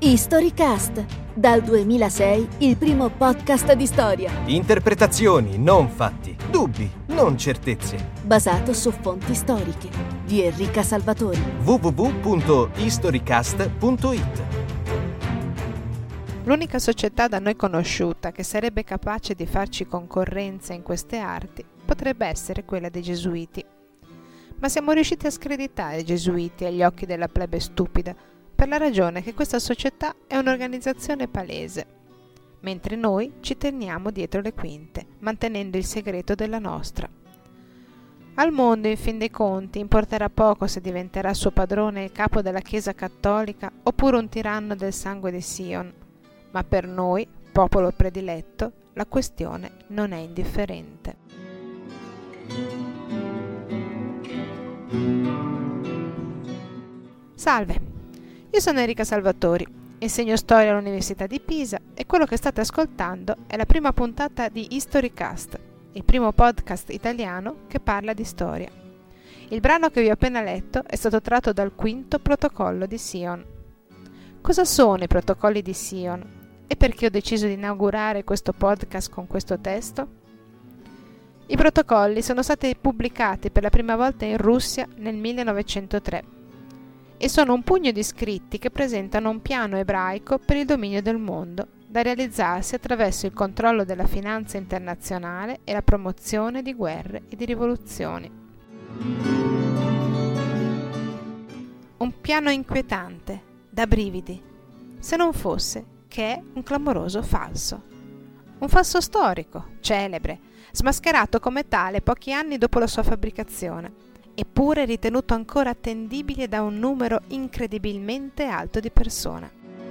Historycast, dal 2006 il primo podcast di storia. Interpretazioni, non fatti. Dubbi, non certezze. Basato su fonti storiche. Di Enrica Salvatori. www.historycast.it. L'unica società da noi conosciuta che sarebbe capace di farci concorrenza in queste arti potrebbe essere quella dei Gesuiti. Ma siamo riusciti a screditare i Gesuiti agli occhi della plebe stupida, per la ragione che questa società è un'organizzazione palese, mentre noi ci teniamo dietro le quinte, mantenendo il segreto della nostra. Al mondo, in fin dei conti, importerà poco se diventerà suo padrone il capo della Chiesa cattolica oppure un tiranno del sangue di Sion, ma per noi, popolo prediletto, la questione non è indifferente. Salve! Io sono Enrica Salvatori, insegno storia all'Università di Pisa e quello che state ascoltando è la prima puntata di Historycast, il primo podcast italiano che parla di storia. Il brano che vi ho appena letto è stato tratto dal quinto protocollo di Sion. Cosa sono i protocolli di Sion e perché ho deciso di inaugurare questo podcast con questo testo? I protocolli sono stati pubblicati per la prima volta in Russia nel 1903. E sono un pugno di scritti che presentano un piano ebraico per il dominio del mondo, da realizzarsi attraverso il controllo della finanza internazionale e la promozione di guerre e di rivoluzioni. Un piano inquietante, da brividi, se non fosse che è un clamoroso falso. Un falso storico, celebre, smascherato come tale pochi anni dopo la sua fabbricazione, eppure ritenuto ancora attendibile da un numero incredibilmente alto di persone.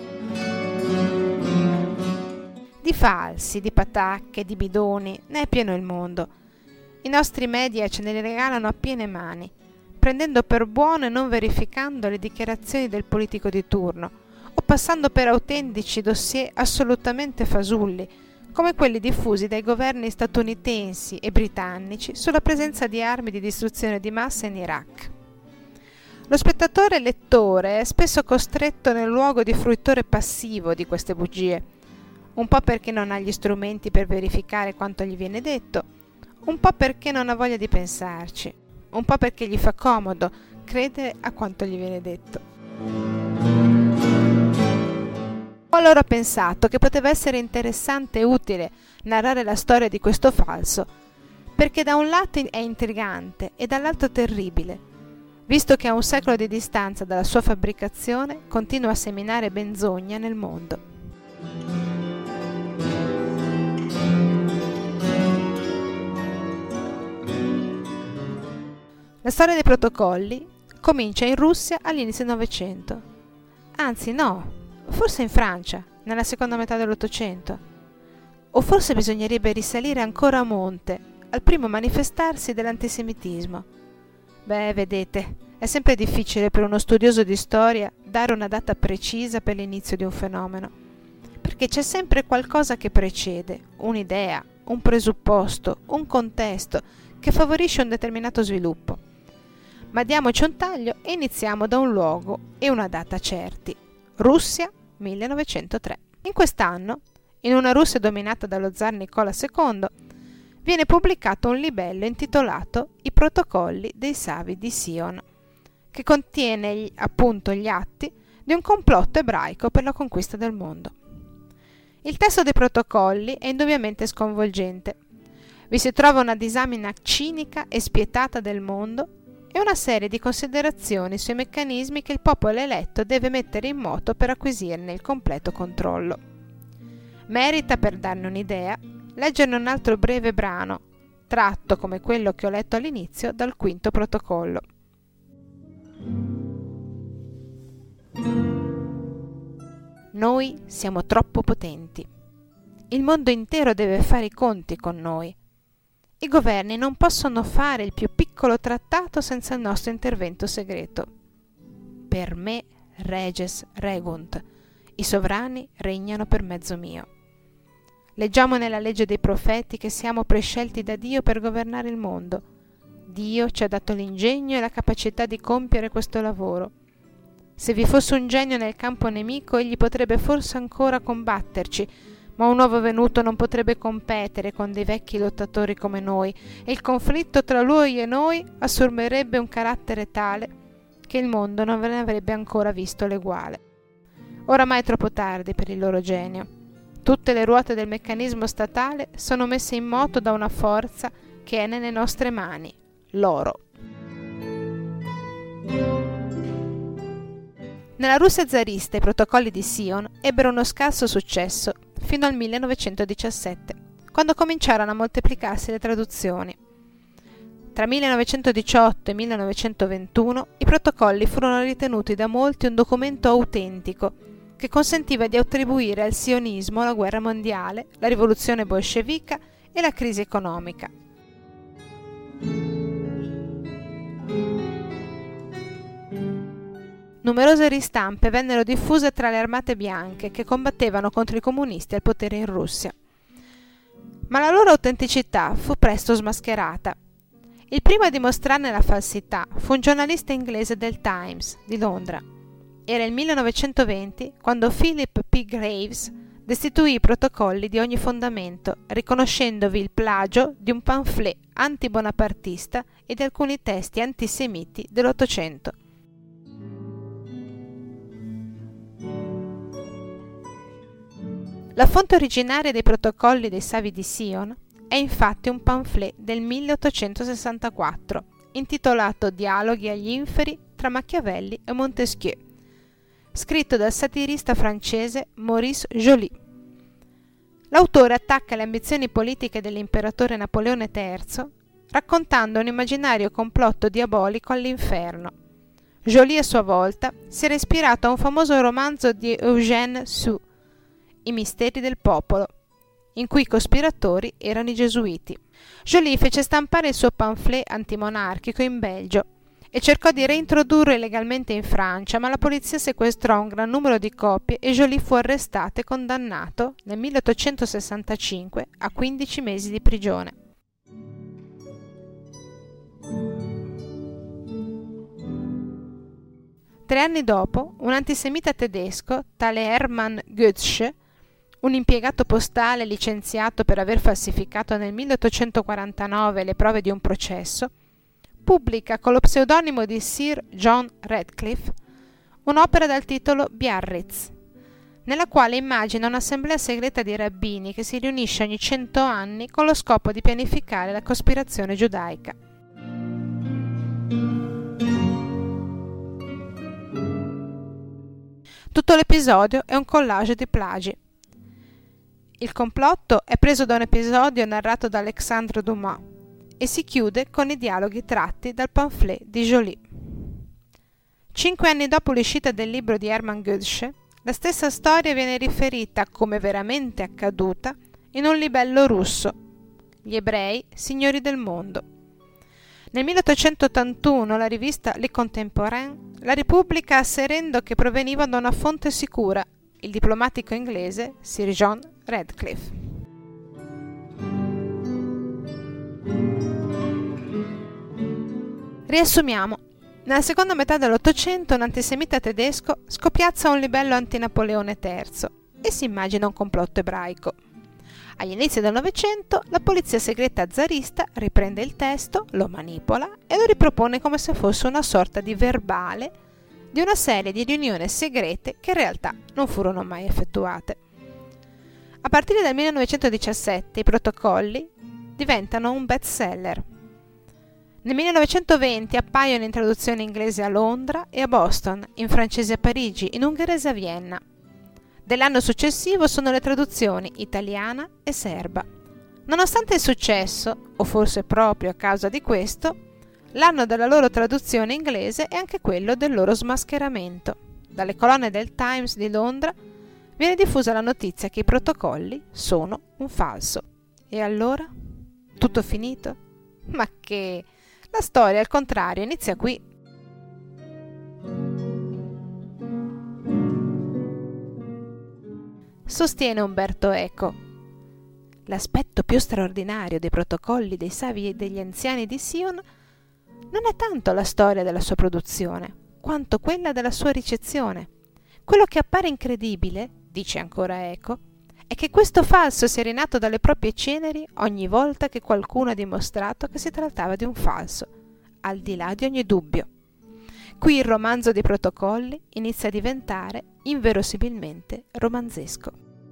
Di falsi, di patacche, di bidoni, ne è pieno il mondo. I nostri media ce ne regalano a piene mani, prendendo per buono e non verificando le dichiarazioni del politico di turno, o passando per autentici dossier assolutamente fasulli, come quelli diffusi dai governi statunitensi e britannici sulla presenza di armi di distruzione di massa in Iraq. Lo spettatore lettore è spesso costretto nel luogo di fruitore passivo di queste bugie, un po' perché non ha gli strumenti per verificare quanto gli viene detto, un po' perché non ha voglia di pensarci, un po' perché gli fa comodo credere a quanto gli viene detto. Ho allora pensato che poteva essere interessante e utile narrare la storia di questo falso, perché da un lato è intrigante e dall'altro terribile, visto che a un secolo di distanza dalla sua fabbricazione continua a seminare menzogna nel mondo. La storia dei protocolli comincia in Russia all'inizio del Novecento. Anzi no, forse in Francia, nella seconda metà dell'Ottocento. O forse bisognerebbe risalire ancora a monte, al primo manifestarsi dell'antisemitismo. Vedete, è sempre difficile per uno studioso di storia dare una data precisa per l'inizio di un fenomeno, perché c'è sempre qualcosa che precede, un'idea, un presupposto, un contesto che favorisce un determinato sviluppo. Ma diamoci un taglio e iniziamo da un luogo e una data certi. Russia 1903. In quest'anno, in una Russia dominata dallo zar Nicola II, viene pubblicato un libello intitolato I protocolli dei Savi di Sion, che contiene appunto gli atti di un complotto ebraico per la conquista del mondo. Il testo dei protocolli è indubbiamente sconvolgente. Vi si trova una disamina cinica e spietata del mondo e una serie di considerazioni sui meccanismi che il popolo eletto deve mettere in moto per acquisirne il completo controllo. Merita, per darne un'idea, leggerne un altro breve brano, tratto come quello che ho letto all'inizio dal quinto protocollo. Noi siamo troppo potenti. Il mondo intero deve fare i conti con noi. I governi non possono fare il più piccolo trattato senza il nostro intervento segreto. Per me reges regunt, i sovrani regnano per mezzo mio. Leggiamo nella legge dei profeti che siamo prescelti da Dio per governare il mondo. Dio ci ha dato l'ingegno e la capacità di compiere questo lavoro. Se vi fosse un genio nel campo nemico, egli potrebbe forse ancora combatterci, ma un nuovo venuto non potrebbe competere con dei vecchi lottatori come noi, e il conflitto tra lui e noi assumerebbe un carattere tale che il mondo non ve ne avrebbe ancora visto l'eguale. Oramai è troppo tardi per il loro genio. Tutte le ruote del meccanismo statale sono messe in moto da una forza che è nelle nostre mani, l'oro. Nella Russia zarista i protocolli di Sion ebbero uno scarso successo fino al 1917, quando cominciarono a moltiplicarsi le traduzioni. Tra 1918 e 1921 i protocolli furono ritenuti da molti un documento autentico che consentiva di attribuire al sionismo la guerra mondiale, la rivoluzione bolscevica e la crisi economica. Numerose ristampe vennero diffuse tra le armate bianche che combattevano contro i comunisti al potere in Russia. Ma la loro autenticità fu presto smascherata. Il primo a dimostrarne la falsità fu un giornalista inglese del Times di Londra. Era il 1920 quando Philip P. Graves destituì i protocolli di ogni fondamento, riconoscendovi il plagio di un pamphlet antibonapartista e di alcuni testi antisemiti dell'Ottocento. La fonte originaria dei protocolli dei Savi di Sion è infatti un pamphlet del 1864 intitolato Dialoghi agli inferi tra Machiavelli e Montesquieu, scritto dal satirista francese Maurice Joly. L'autore attacca le ambizioni politiche dell'imperatore Napoleone III raccontando un immaginario complotto diabolico all'inferno. Joly a sua volta si era ispirato a un famoso romanzo di Eugène Sue, I misteri del popolo, in cui i cospiratori erano i gesuiti. Joly fece stampare il suo pamphlet antimonarchico in Belgio e cercò di reintrodurlo illegalmente in Francia, ma la polizia sequestrò un gran numero di copie e Joly fu arrestato e condannato nel 1865 a 15 mesi di prigione. Tre anni dopo, un antisemita tedesco, tale Hermann Goetzsche, un impiegato postale licenziato per aver falsificato nel 1849 le prove di un processo, pubblica con lo pseudonimo di Sir John Radcliffe un'opera dal titolo Biarritz, nella quale immagina un'assemblea segreta di rabbini che si riunisce ogni 100 anni con lo scopo di pianificare la cospirazione giudaica. Tutto l'episodio è un collage di plagi. Il complotto è preso da un episodio narrato da Alexandre Dumas e si chiude con i dialoghi tratti dal pamphlet di Joly. 5 anni dopo l'uscita del libro di Hermann Goetzsche, la stessa storia viene riferita, come veramente accaduta, in un libello russo, Gli ebrei, signori del mondo. Nel 1881 la rivista Le Contemporain la ripubblica asserendo che proveniva da una fonte sicura, il diplomatico inglese Sir John Radcliffe. Riassumiamo. Nella seconda metà dell'Ottocento un antisemita tedesco scopiazza un libello anti-Napoleone III e si immagina un complotto ebraico. Agli inizi del Novecento la polizia segreta zarista riprende il testo, lo manipola e lo ripropone come se fosse una sorta di verbale di una serie di riunioni segrete che in realtà non furono mai effettuate. A partire dal 1917 i protocolli diventano un bestseller. Nel 1920 appaiono in traduzione inglese a Londra e a Boston, in francese a Parigi, in ungherese a Vienna. Dell'anno successivo sono le traduzioni italiana e serba. Nonostante il successo, o forse proprio a causa di questo, l'anno della loro traduzione inglese è anche quello del loro smascheramento. Dalle colonne del Times di Londra viene diffusa la notizia che i protocolli sono un falso. E allora? Tutto finito? Ma che... La storia, al contrario, inizia qui. Sostiene Umberto Eco. L'aspetto più straordinario dei protocolli dei savi e degli anziani di Sion non è tanto la storia della sua produzione, quanto quella della sua ricezione. Quello che appare incredibile, dice ancora Eco, è che questo falso sia rinato dalle proprie ceneri ogni volta che qualcuno ha dimostrato che si trattava di un falso, al di là di ogni dubbio. Qui il romanzo dei protocolli inizia a diventare inverosimilmente romanzesco.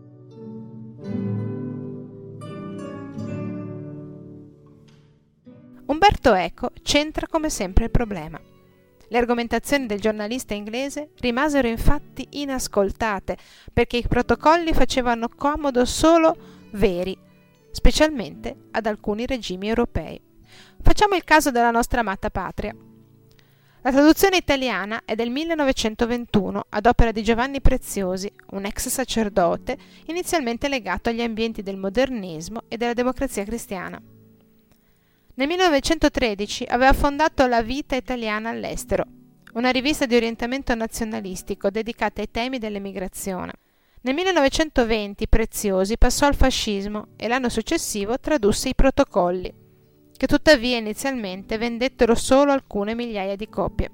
Umberto Eco centra come sempre il problema. Le argomentazioni del giornalista inglese rimasero infatti inascoltate perché i protocolli facevano comodo solo veri, specialmente ad alcuni regimi europei. Facciamo il caso della nostra amata patria. La traduzione italiana è del 1921 ad opera di Giovanni Preziosi, un ex sacerdote inizialmente legato agli ambienti del modernismo e della democrazia cristiana. Nel 1913 aveva fondato La Vita Italiana all'Estero, una rivista di orientamento nazionalistico dedicata ai temi dell'emigrazione. Nel 1920 Preziosi passò al fascismo e l'anno successivo tradusse i Protocolli, che tuttavia inizialmente vendettero solo alcune migliaia di copie.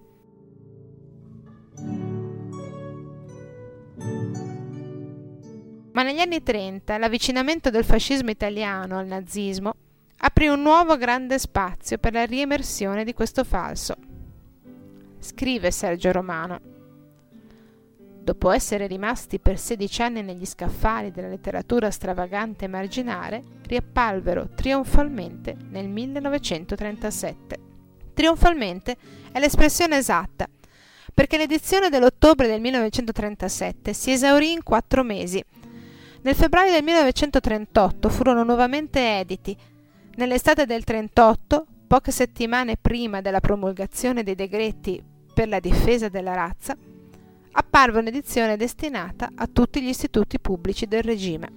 Ma negli anni 30 l'avvicinamento del fascismo italiano al nazismo aprì un nuovo grande spazio per la riemersione di questo falso. Scrive Sergio Romano: dopo essere rimasti per 16 anni negli scaffali della letteratura stravagante e marginale, riapparvero trionfalmente nel 1937. Trionfalmente è l'espressione esatta, perché l'edizione dell'ottobre del 1937 si esaurì in 4 mesi. Nel febbraio del 1938 furono nuovamente editi. Nell'estate del 38, poche settimane prima della promulgazione dei decreti per la difesa della razza, apparve un'edizione destinata a tutti gli istituti pubblici del regime.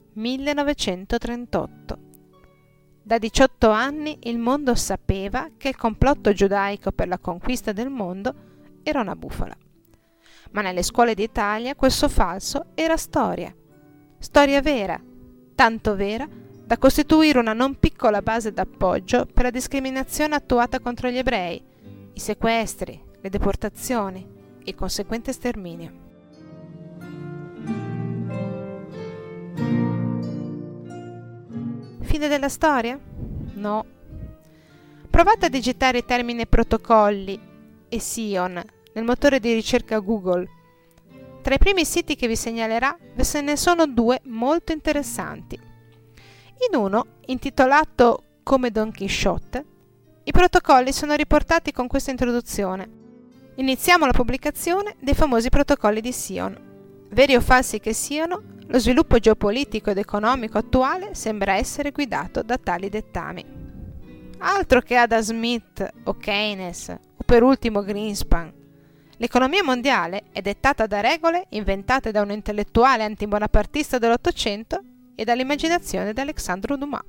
1938. Da 18 anni il mondo sapeva che il complotto giudaico per la conquista del mondo era una bufala. Ma nelle scuole d'Italia questo falso era storia. Storia vera, tanto vera da costituire una non piccola base d'appoggio per la discriminazione attuata contro gli ebrei, i sequestri, le deportazioni e il conseguente sterminio. Fine della storia? No. Provate a digitare i termini protocolli e Sion nel motore di ricerca Google. Tra i primi siti che vi segnalerà ve se ne sono 2 molto interessanti. In uno, intitolato Come Don Chisciotte, i protocolli sono riportati con questa introduzione. Iniziamo la pubblicazione dei famosi protocolli di Sion. Veri o falsi che siano, lo sviluppo geopolitico ed economico attuale sembra essere guidato da tali dettami. Altro che Adam Smith o Keynes o per ultimo Greenspan. L'economia mondiale è dettata da regole inventate da un intellettuale antibonapartista dell'Ottocento e dall'immaginazione di Alexandre Dumas.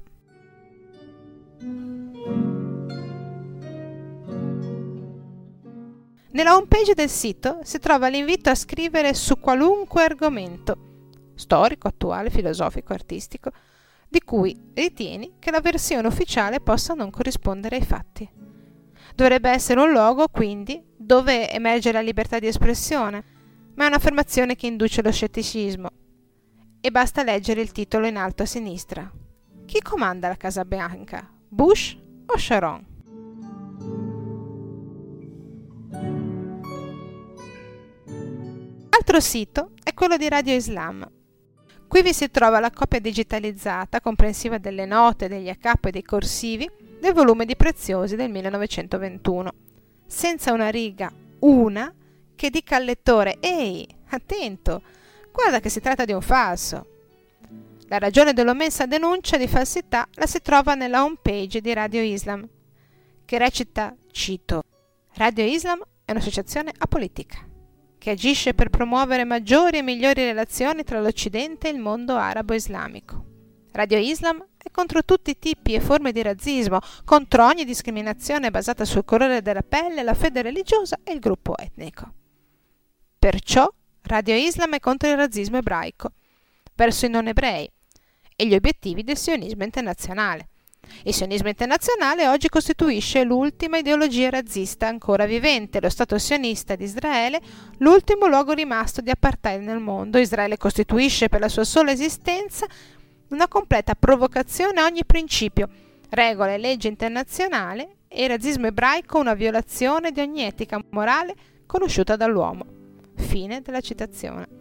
Nella homepage del sito si trova l'invito a scrivere su qualunque argomento, storico, attuale, filosofico, artistico, di cui ritieni che la versione ufficiale possa non corrispondere ai fatti. Dovrebbe essere un luogo, quindi, dove emerge la libertà di espressione, ma è un'affermazione che induce lo scetticismo. E basta leggere il titolo in alto a sinistra. Chi comanda la Casa Bianca? Bush o Sharon? Altro sito è quello di Radio Islam. Qui vi si trova la copia digitalizzata, comprensiva delle note, degli a capo e dei corsivi, del volume di Preziosi del 1921, senza una riga, che dica al lettore: «Ehi, attento! Guarda che si tratta di un falso». La ragione dell'omessa denuncia di falsità la si trova nella homepage di Radio Islam, che recita, cito: «Radio Islam è un'associazione apolitica, che agisce per promuovere maggiori e migliori relazioni tra l'Occidente e il mondo arabo-islamico. Radio Islam è contro tutti i tipi e forme di razzismo, contro ogni discriminazione basata sul colore della pelle, la fede religiosa e il gruppo etnico. Perciò Radio Islam è contro il razzismo ebraico verso i non ebrei e gli obiettivi del sionismo internazionale. Il sionismo internazionale oggi costituisce l'ultima ideologia razzista ancora vivente. Lo Stato sionista di Israele, l'ultimo luogo rimasto di apartheid nel mondo. Israele costituisce per la sua sola esistenza una completa provocazione a ogni principio, regola e legge internazionale, e il razzismo ebraico una violazione di ogni etica morale conosciuta dall'uomo. Fine della citazione.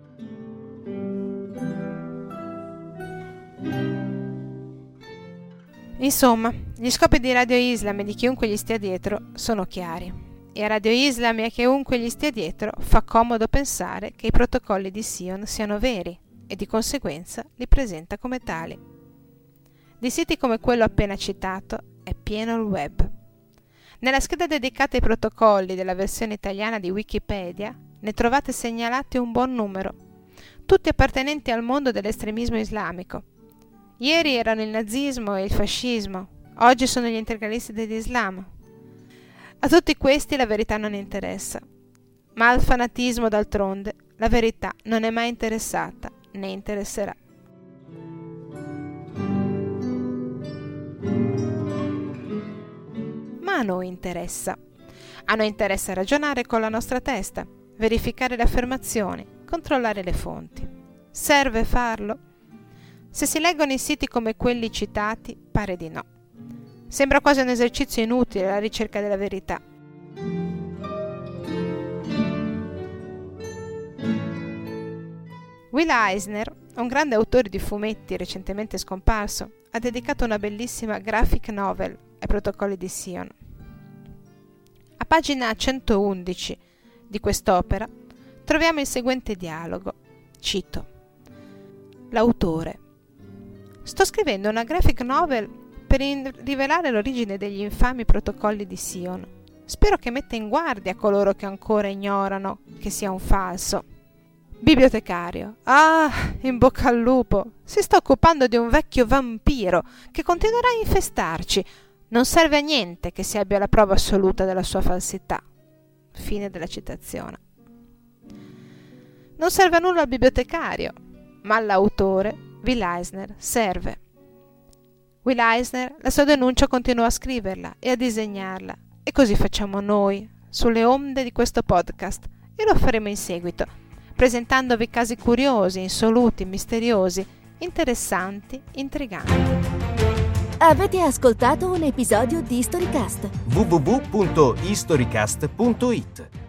Insomma, gli scopi di Radio Islam e di chiunque gli stia dietro sono chiari. E a Radio Islam e a chiunque gli stia dietro fa comodo pensare che i protocolli di Sion siano veri e di conseguenza li presenta come tali. Di siti come quello appena citato è pieno il web. Nella scheda dedicata ai protocolli della versione italiana di Wikipedia ne trovate segnalati un buon numero, tutti appartenenti al mondo dell'estremismo islamico. Ieri erano il nazismo e il fascismo, oggi sono gli integralisti dell'Islam. A tutti questi la verità non interessa, ma al fanatismo d'altronde la verità non è mai interessata né interesserà. Ma a noi interessa. A noi interessa ragionare con la nostra testa, verificare le affermazioni, controllare le fonti. Serve farlo? Se si leggono in siti come quelli citati, pare di no. Sembra quasi un esercizio inutile la ricerca della verità. Will Eisner, un grande autore di fumetti recentemente scomparso, ha dedicato una bellissima graphic novel ai protocolli di Sion. A pagina 111 di quest'opera troviamo il seguente dialogo. Cito: l'autore: sto scrivendo una graphic novel per rivelare l'origine degli infami protocolli di Sion. Spero che metta in guardia coloro che ancora ignorano che sia un falso. Bibliotecario: ah, in bocca al lupo! Si sta occupando di un vecchio vampiro che continuerà a infestarci. Non serve a niente che si abbia la prova assoluta della sua falsità. Fine della citazione. Non serve a nulla al bibliotecario, ma all'autore, Will Eisner, serve. Will Eisner la sua denuncia continuò a scriverla e a disegnarla, e così facciamo noi, sulle onde di questo podcast, e lo faremo in seguito, presentandovi casi curiosi, insoluti, misteriosi, interessanti, intriganti. Avete ascoltato un episodio di Historycast? www.historycast.it